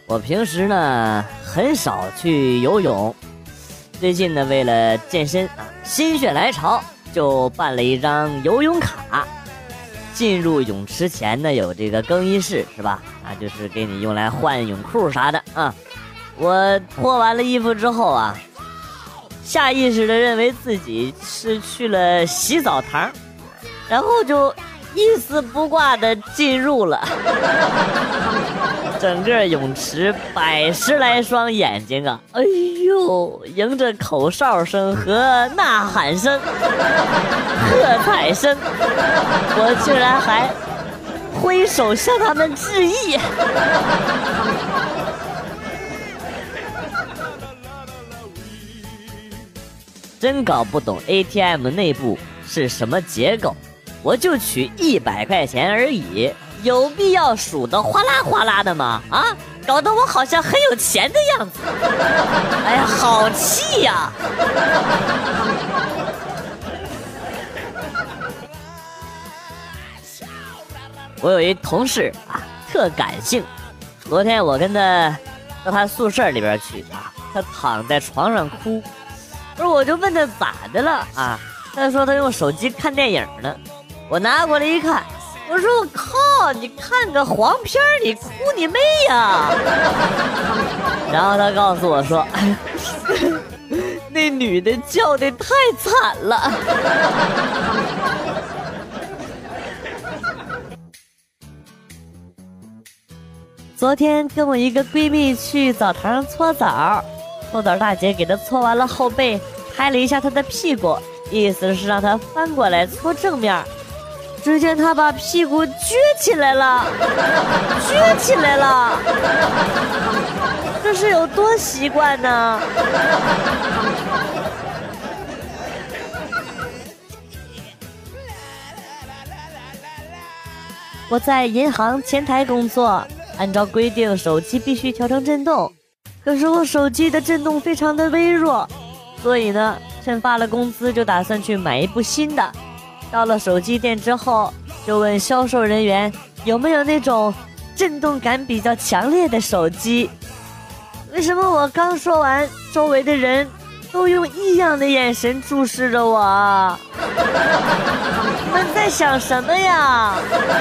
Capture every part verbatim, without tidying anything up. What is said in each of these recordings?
我平时呢很少去游泳，最近呢为了健身啊，心血来潮就办了一张游泳卡。进入泳池前呢有这个更衣室是吧？啊，就是给你用来换泳裤啥的啊。我脱完了衣服之后啊，下意识的认为自己是去了洗澡堂，然后就一丝不挂的进入了。整个泳池百十来双眼睛啊，哎呦，迎着口哨声和呐喊声、喝彩声，我竟然还挥手向他们致意。真搞不懂 A T M 内部是什么结构，我就取一百块钱而已，有必要数得哗啦哗啦的吗？啊，搞得我好像很有钱的样子。哎呀，好气呀！我有一同事啊，特感性。昨天我跟他到他宿舍里边去啊，他躺在床上哭。不是，我就问他咋的了啊？他说他用手机看电影呢。我拿过来一看，我说我靠，你看个黄片你哭你妹呀！然后他告诉我说，哎，那女的叫的太惨了。昨天跟我一个闺蜜去澡堂搓澡，搓澡大姐给她搓完了后背，拍了一下她的屁股，意思是让她翻过来搓正面。只见她把屁股撅起来了，撅起来了，这是有多习惯呢？我在银行前台工作，按照规定手机必须调成震动，可是我手机的震动非常的微弱，所以呢趁发了工资就打算去买一部新的。到了手机店之后，就问销售人员有没有那种震动感比较强烈的手机。为什么我刚说完，周围的人都用异样的眼神注视着我？你们在想什么呀？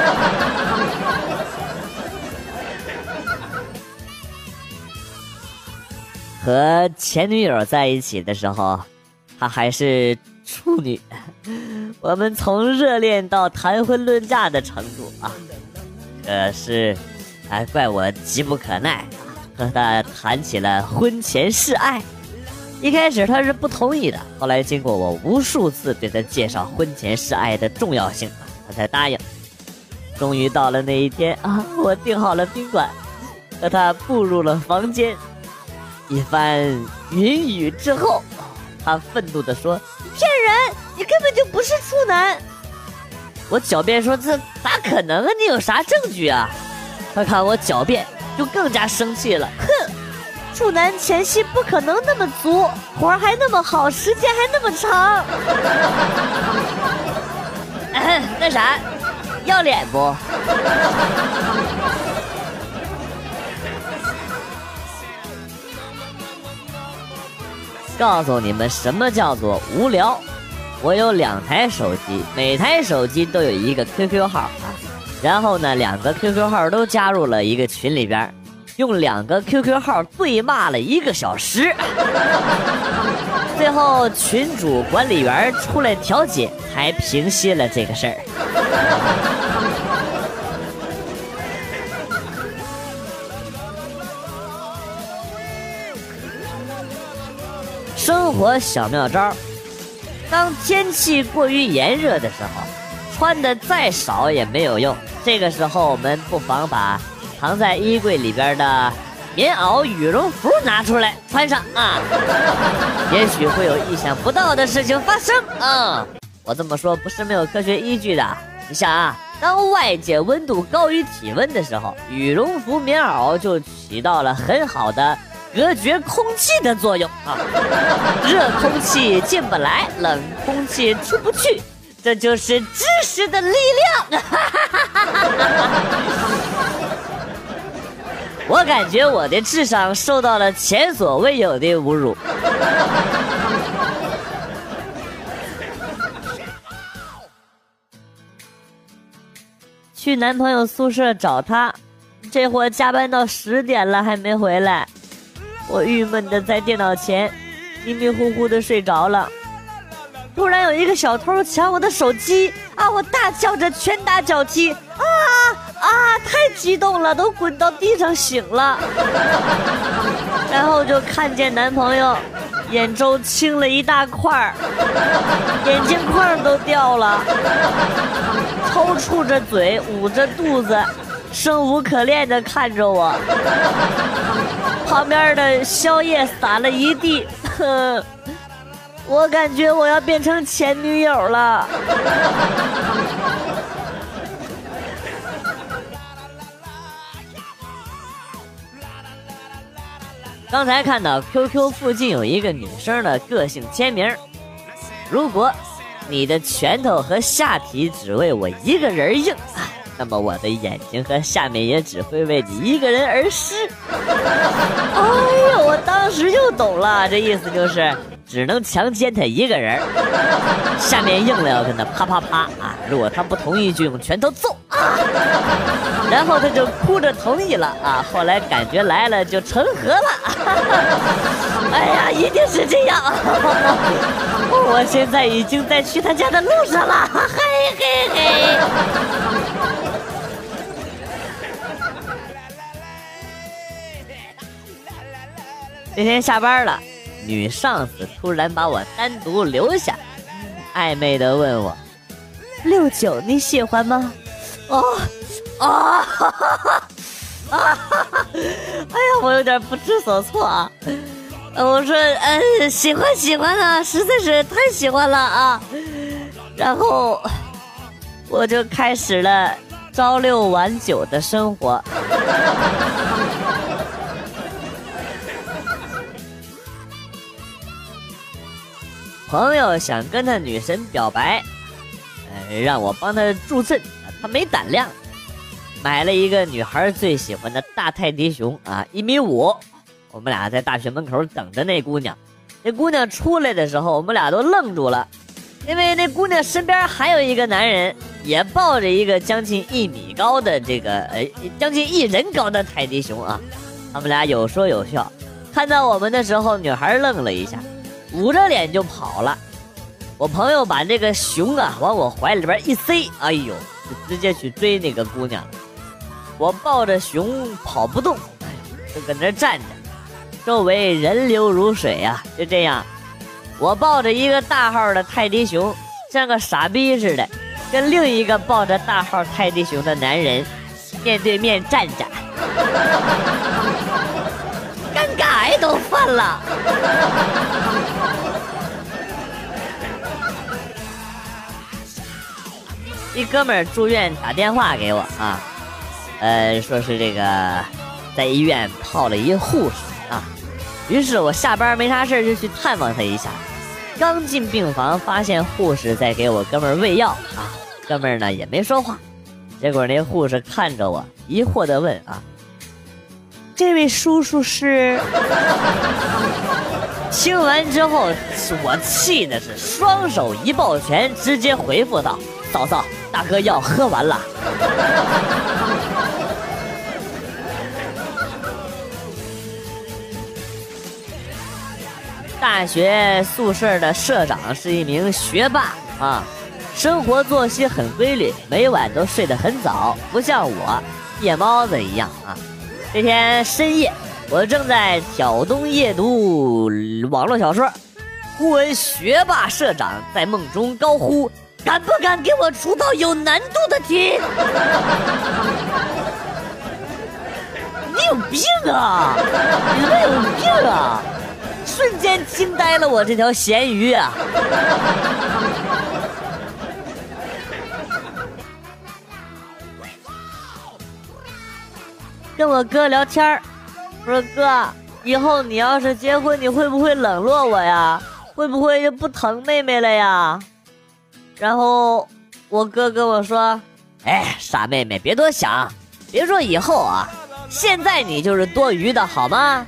和前女友在一起的时候，她还是处女，我们从热恋到谈婚论嫁的程度啊，可是还怪我急不可耐，和她谈起了婚前示爱。一开始她是不同意的，后来经过我无数次对她介绍婚前示爱的重要性，她才答应。终于到了那一天啊，我订好了宾馆，和她步入了房间。一番云雨之后，他愤怒地说：“骗人！你根本就不是处男！”我狡辩说：“这咋可能啊？你有啥证据啊？”他看我狡辩，就更加生气了。哼，处男前戏不可能那么足，活还那么好，时间还那么长。嗯，那啥，要脸不？告诉你们什么叫做无聊。我有两台手机，每台手机都有一个 Q Q 号啊，然后呢两个 Q Q 号都加入了一个群里边，用两个 Q Q 号对骂了一个小时。最后群主管理员出来调解，才平息了这个事儿。生活小妙招，当天气过于炎热的时候，穿的再少也没有用。这个时候我们不妨把藏在衣柜里边的棉袄羽绒服拿出来穿上啊，也许会有意想不到的事情发生啊！我这么说不是没有科学依据的。你想啊，当外界温度高于体温的时候，羽绒服棉袄就起到了很好的隔绝空气的作用啊，热空气进不来，冷空气出不去，这就是知识的力量。我感觉我的智商受到了前所未有的侮辱。去男朋友宿舍找他，这会加班到十点了还没回来，我郁闷的在电脑前迷迷糊糊的睡着了。突然有一个小偷抢我的手机啊！我大叫着拳打脚踢啊啊！太激动了，都滚到地上醒了。然后就看见男朋友眼周青了一大块，眼镜框都掉了，抽搐着嘴，捂着肚子，生无可恋的看着我。旁边的宵夜洒了一地，呵，我感觉我要变成前女友了。刚才看到 Q Q 附近有一个女生的个性签名，如果你的拳头和下体只为我一个人硬，那么我的眼睛和下面也只会为你一个人而湿。哎呦，我当时就懂了，这意思就是只能强奸他一个人，下面硬了要跟他啪啪啪啊！如果他不同意就用拳头揍啊！然后他就哭着同意了啊！后来感觉来了就成合了。哎呀，一定是这样！我现在已经在去他家的路上了，嘿嘿嘿！那天下班了，女上司突然把我单独留下，暧昧的问我：“六九你喜欢吗？”哦，啊，哈哈哈，啊哈哈！哎呀，我有点不知所措啊。我说，呃，喜欢喜欢啊，实在是太喜欢了啊。然后我就开始了朝六晚九的生活。朋友想跟他女神表白，呃，让我帮他助阵，他没胆量，买了一个女孩最喜欢的大泰迪熊啊，一米五。我们俩在大学门口等着那姑娘，那姑娘出来的时候，我们俩都愣住了，因为那姑娘身边还有一个男人，也抱着一个将近一米高的这个呃将近一人高的泰迪熊啊。他们俩有说有笑，看到我们的时候，女孩愣了一下，捂着脸就跑了。我朋友把这个熊啊往我怀里边一塞，哎呦，就直接去追那个姑娘。我抱着熊跑不动，就搁那站着，周围人流如水啊。就这样，我抱着一个大号的泰迪熊，像个傻逼似的，跟另一个抱着大号泰迪熊的男人面对面站着，尴尬癌都犯了。一哥们儿住院打电话给我啊，呃，说是这个在医院泡了一护士啊，于是我下班没啥事就去探望他一下。刚进病房，发现护士在给我哥们儿喂药啊，哥们儿呢也没说话。结果那护士看着我，疑惑地问啊：“这位叔叔是？”听完之后，我气的是双手一抱拳，直接回复道：“嫂嫂，大哥药喝完了。”大学宿舍的社长是一名学霸啊，生活作息很规律，每晚都睡得很早，不像我夜猫子一样啊。这天深夜，我正在挑灯夜读网络小说，忽闻学霸社长在梦中高呼：“敢不敢给我出道有难度的题？”你有病啊！你他妈有病啊！瞬间惊呆了我这条咸鱼啊！跟我哥聊天儿，我说哥，以后你要是结婚，你会不会冷落我呀？会不会就不疼妹妹了呀？然后我哥跟我说：“哎，傻妹妹，别多想，别说以后啊， 现在你就是多余的好吗？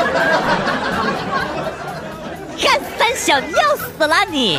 干三小，你要死了你！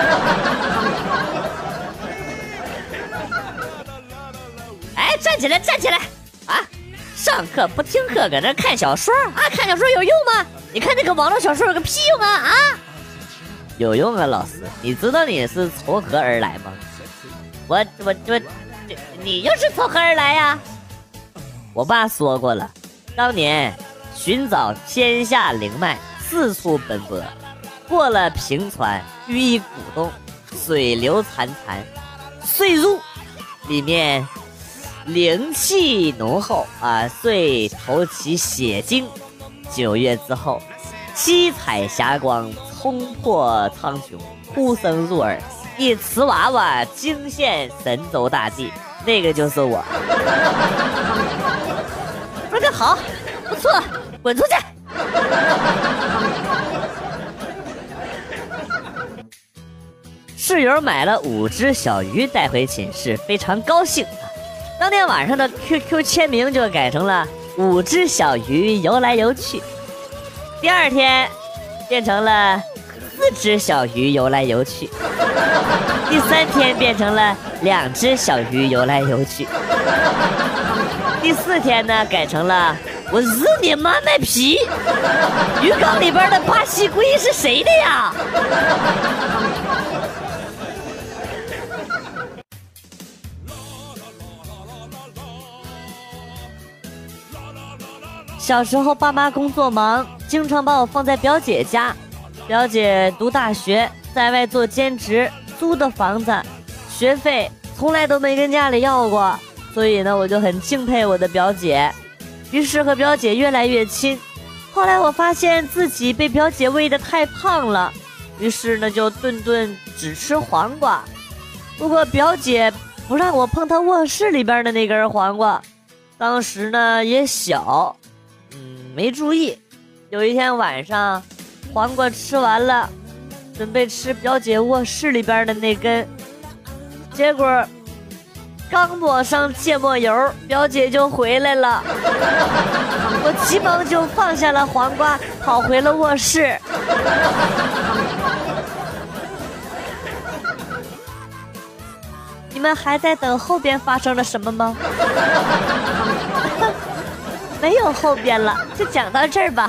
哎，站起来，站起来！啊，上课不听课，搁那看小说啊？看小说有用吗？你看那个网络小说有个屁用啊！啊，有用啊，老师，你知道你是从何而来吗？我我我，你又是从何而来呀？我爸说过了，当年寻找天下灵脉，四处奔波，过了平川，遇一古洞，水流潺潺，遂入，里面灵气浓厚啊，遂投其血精。九月之后，七彩霞光冲破苍穹，呼声入耳，一瓷娃娃惊现神州大地，那个就是我。说得好，不错，滚出去！室友买了五只小鱼带回寝室，非常高兴。当天晚上的 Q Q 签名就改成了五只小鱼游来游去，第二天变成了四只小鱼游来游去，第三天变成了两只小鱼游来游去，第四天呢改成了我日你妈卖皮，鱼缸里边的巴西龟是谁的呀？小时候爸妈工作忙，经常把我放在表姐家。表姐读大学，在外做兼职，租的房子，学费从来都没跟家里要过，所以呢，我就很敬佩我的表姐，于是和表姐越来越亲。后来我发现自己被表姐喂得太胖了，于是呢，就顿顿只吃黄瓜。不过表姐不让我碰她卧室里边的那根黄瓜，当时呢也小。没注意，有一天晚上，黄瓜吃完了，准备吃表姐卧室里边的那根，结果刚抹上芥末油，表姐就回来了。我急忙就放下了黄瓜，跑回了卧室。你们还在等后边发生了什么吗？没有后边了，就讲到这儿吧。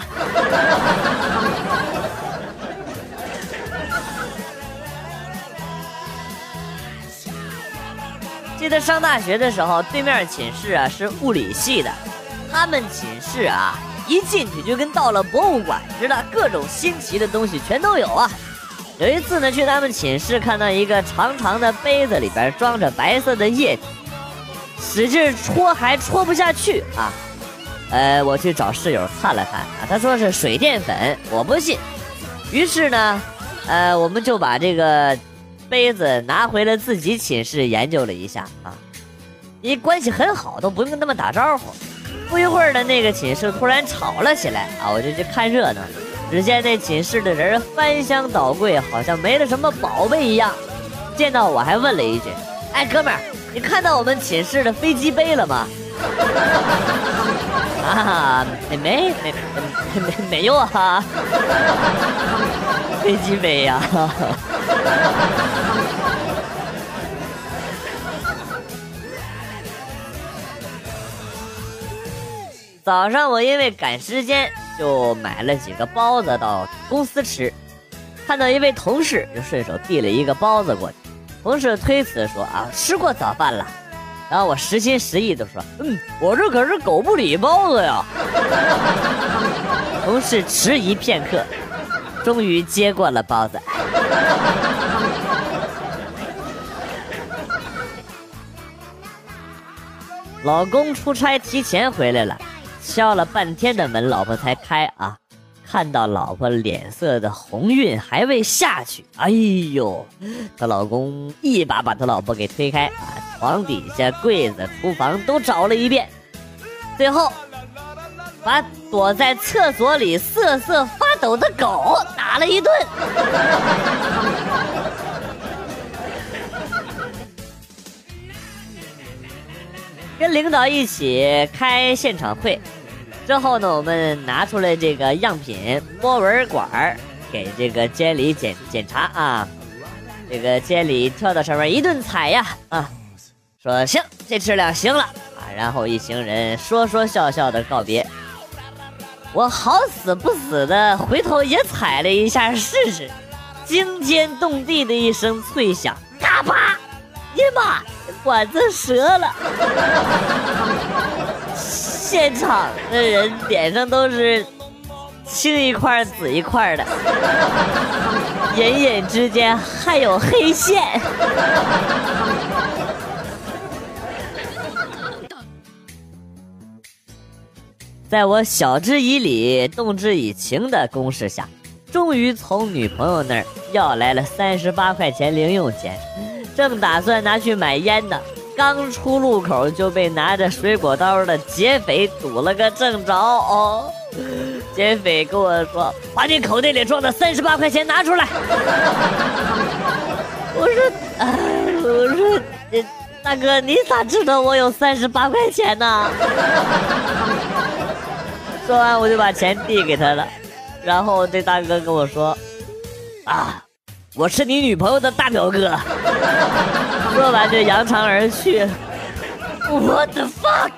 记得上大学的时候，对面寝室啊是物理系的，他们寝室啊一进去就跟到了博物馆似的，各种新奇的东西全都有啊。有一次呢，去他们寝室看到一个长长的杯子，里边装着白色的液体，使劲戳还戳不下去啊。呃，我去找室友看了看啊，他说是水淀粉，我不信。于是呢，呃，我们就把这个杯子拿回了自己寝室研究了一下啊，因为关系很好，都不用跟他们打招呼。不一会儿的那个寝室突然吵了起来啊，我就去看热闹。只见那寝室的人翻箱倒柜，好像没了什么宝贝一样。见到我还问了一句：“哎，哥们儿，你看到我们寝室的飞机杯了吗？”啊，没没没没没有啊，飞机杯呀、啊。早上我因为赶时间，就买了几个包子到公司吃。看到一位同事，就顺手递了一个包子过去。同事推辞说：“啊，吃过早饭了。”然后我实心实意的说：“嗯，我这可是狗不理包子呀。”同事迟疑片刻，终于接过了包子。老公出差提前回来了，敲了半天的门，老婆才开啊。看到老婆脸色的红晕还未下去，哎呦，她老公一把把她老婆给推开啊，床底下、柜子、厨房都找了一遍，最后把躲在厕所里瑟瑟发抖的狗打了一顿。 跟领导一起开现场会。之后呢，我们拿出来这个样品摸纹管给这个监理检检查啊。这个监理跳到上面一顿踩呀啊，说行，这质量行了啊。然后一行人说说笑笑的告别。我好死不死的回头也踩了一下试试，惊天动地的一声脆响，嘎巴，你妈，管子折了。现场的人脸上都是青一块紫一块的，隐隐之间还有黑线。在我晓之以理动之以情的攻势下，终于从女朋友那儿要来了三十八块钱零用钱，正打算拿去买烟呢，刚出路口就被拿着水果刀的劫匪堵了个正着。哦，劫匪跟我说：“把你口袋里装的三十八块钱拿出来。”我说：“啊，我说，大哥，你咋知道我有三十八块钱呢？”说完我就把钱递给他了，然后这大哥跟我说：“啊，我是你女朋友的大表哥。”说完就扬长而去。What the fuck？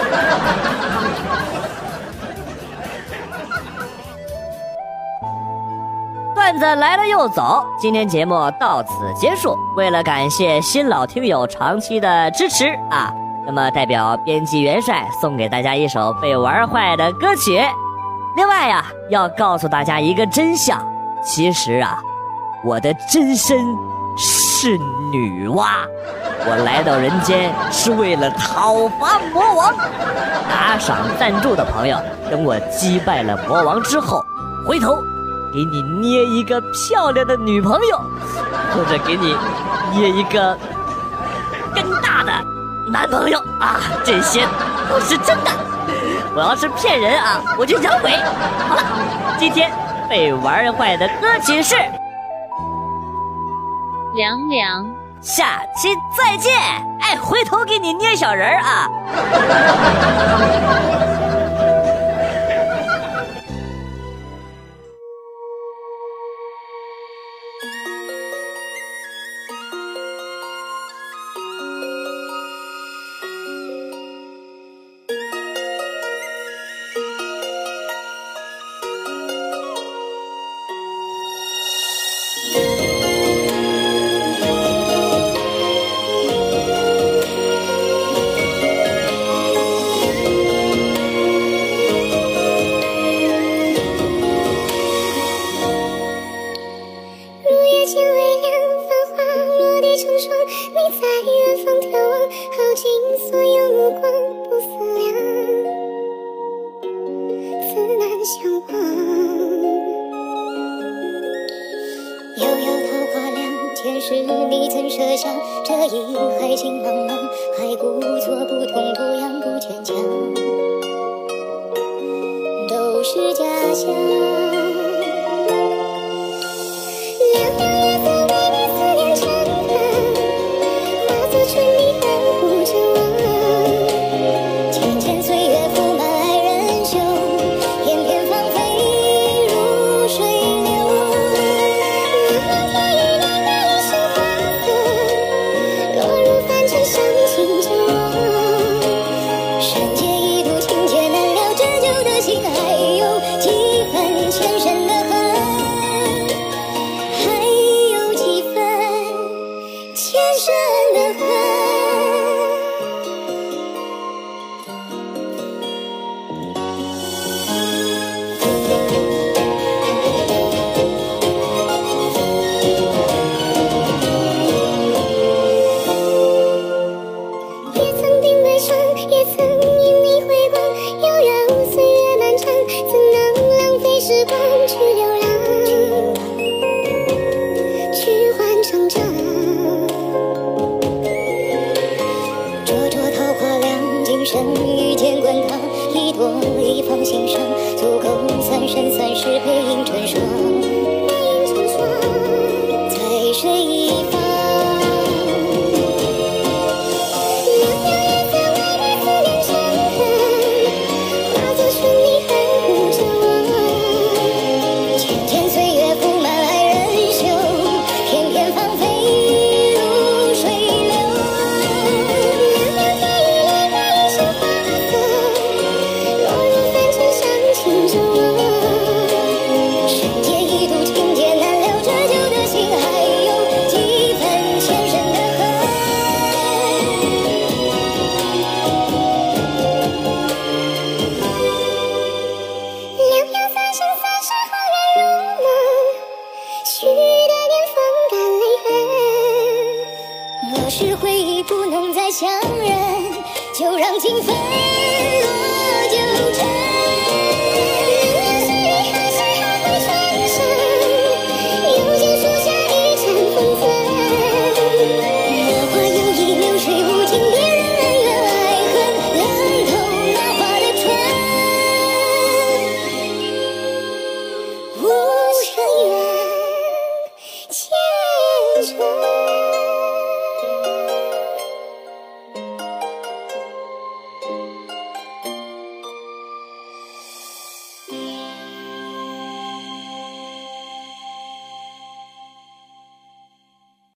段子来了又走，今天节目到此结束。为了感谢新老听友长期的支持啊，那么代表编辑元帅送给大家一首被玩坏的歌曲。另外呀，要告诉大家一个真相，其实啊，我的真身是女娲，我来到人间是为了讨伐魔王。打赏赞助的朋友，等我击败了魔王之后，回头给你捏一个漂亮的女朋友，或者给你捏一个更大的男朋友啊，这些都是真的。我要是骗人啊，我就养鬼。好了，今天被玩坏的歌曲是凉凉， 下期再见。哎，回头给你捏小人儿啊。 是你曾设想，这一海情茫茫，还故作不痛不痒不坚强，都是假象。凉凉夜色为你思念成河，化作春泥呵护着我。浅浅岁月铺满爱人袖，片片芳菲如水流。凉凉天意里那一世花色，落入凡尘伤心着我。山间一度情劫难了，这旧的心还有几分前生的恨，还有几分前生的恨。也曾定悲伤，也曾因你回光，悠悠岁月漫长，怎能浪费时光去流浪，去换成长。灼灼桃花凉，今生遇见滚烫，一朵一放心上，足够三生三世背影成双，背影成双，在水一方。凉凉夜色为你思就让情分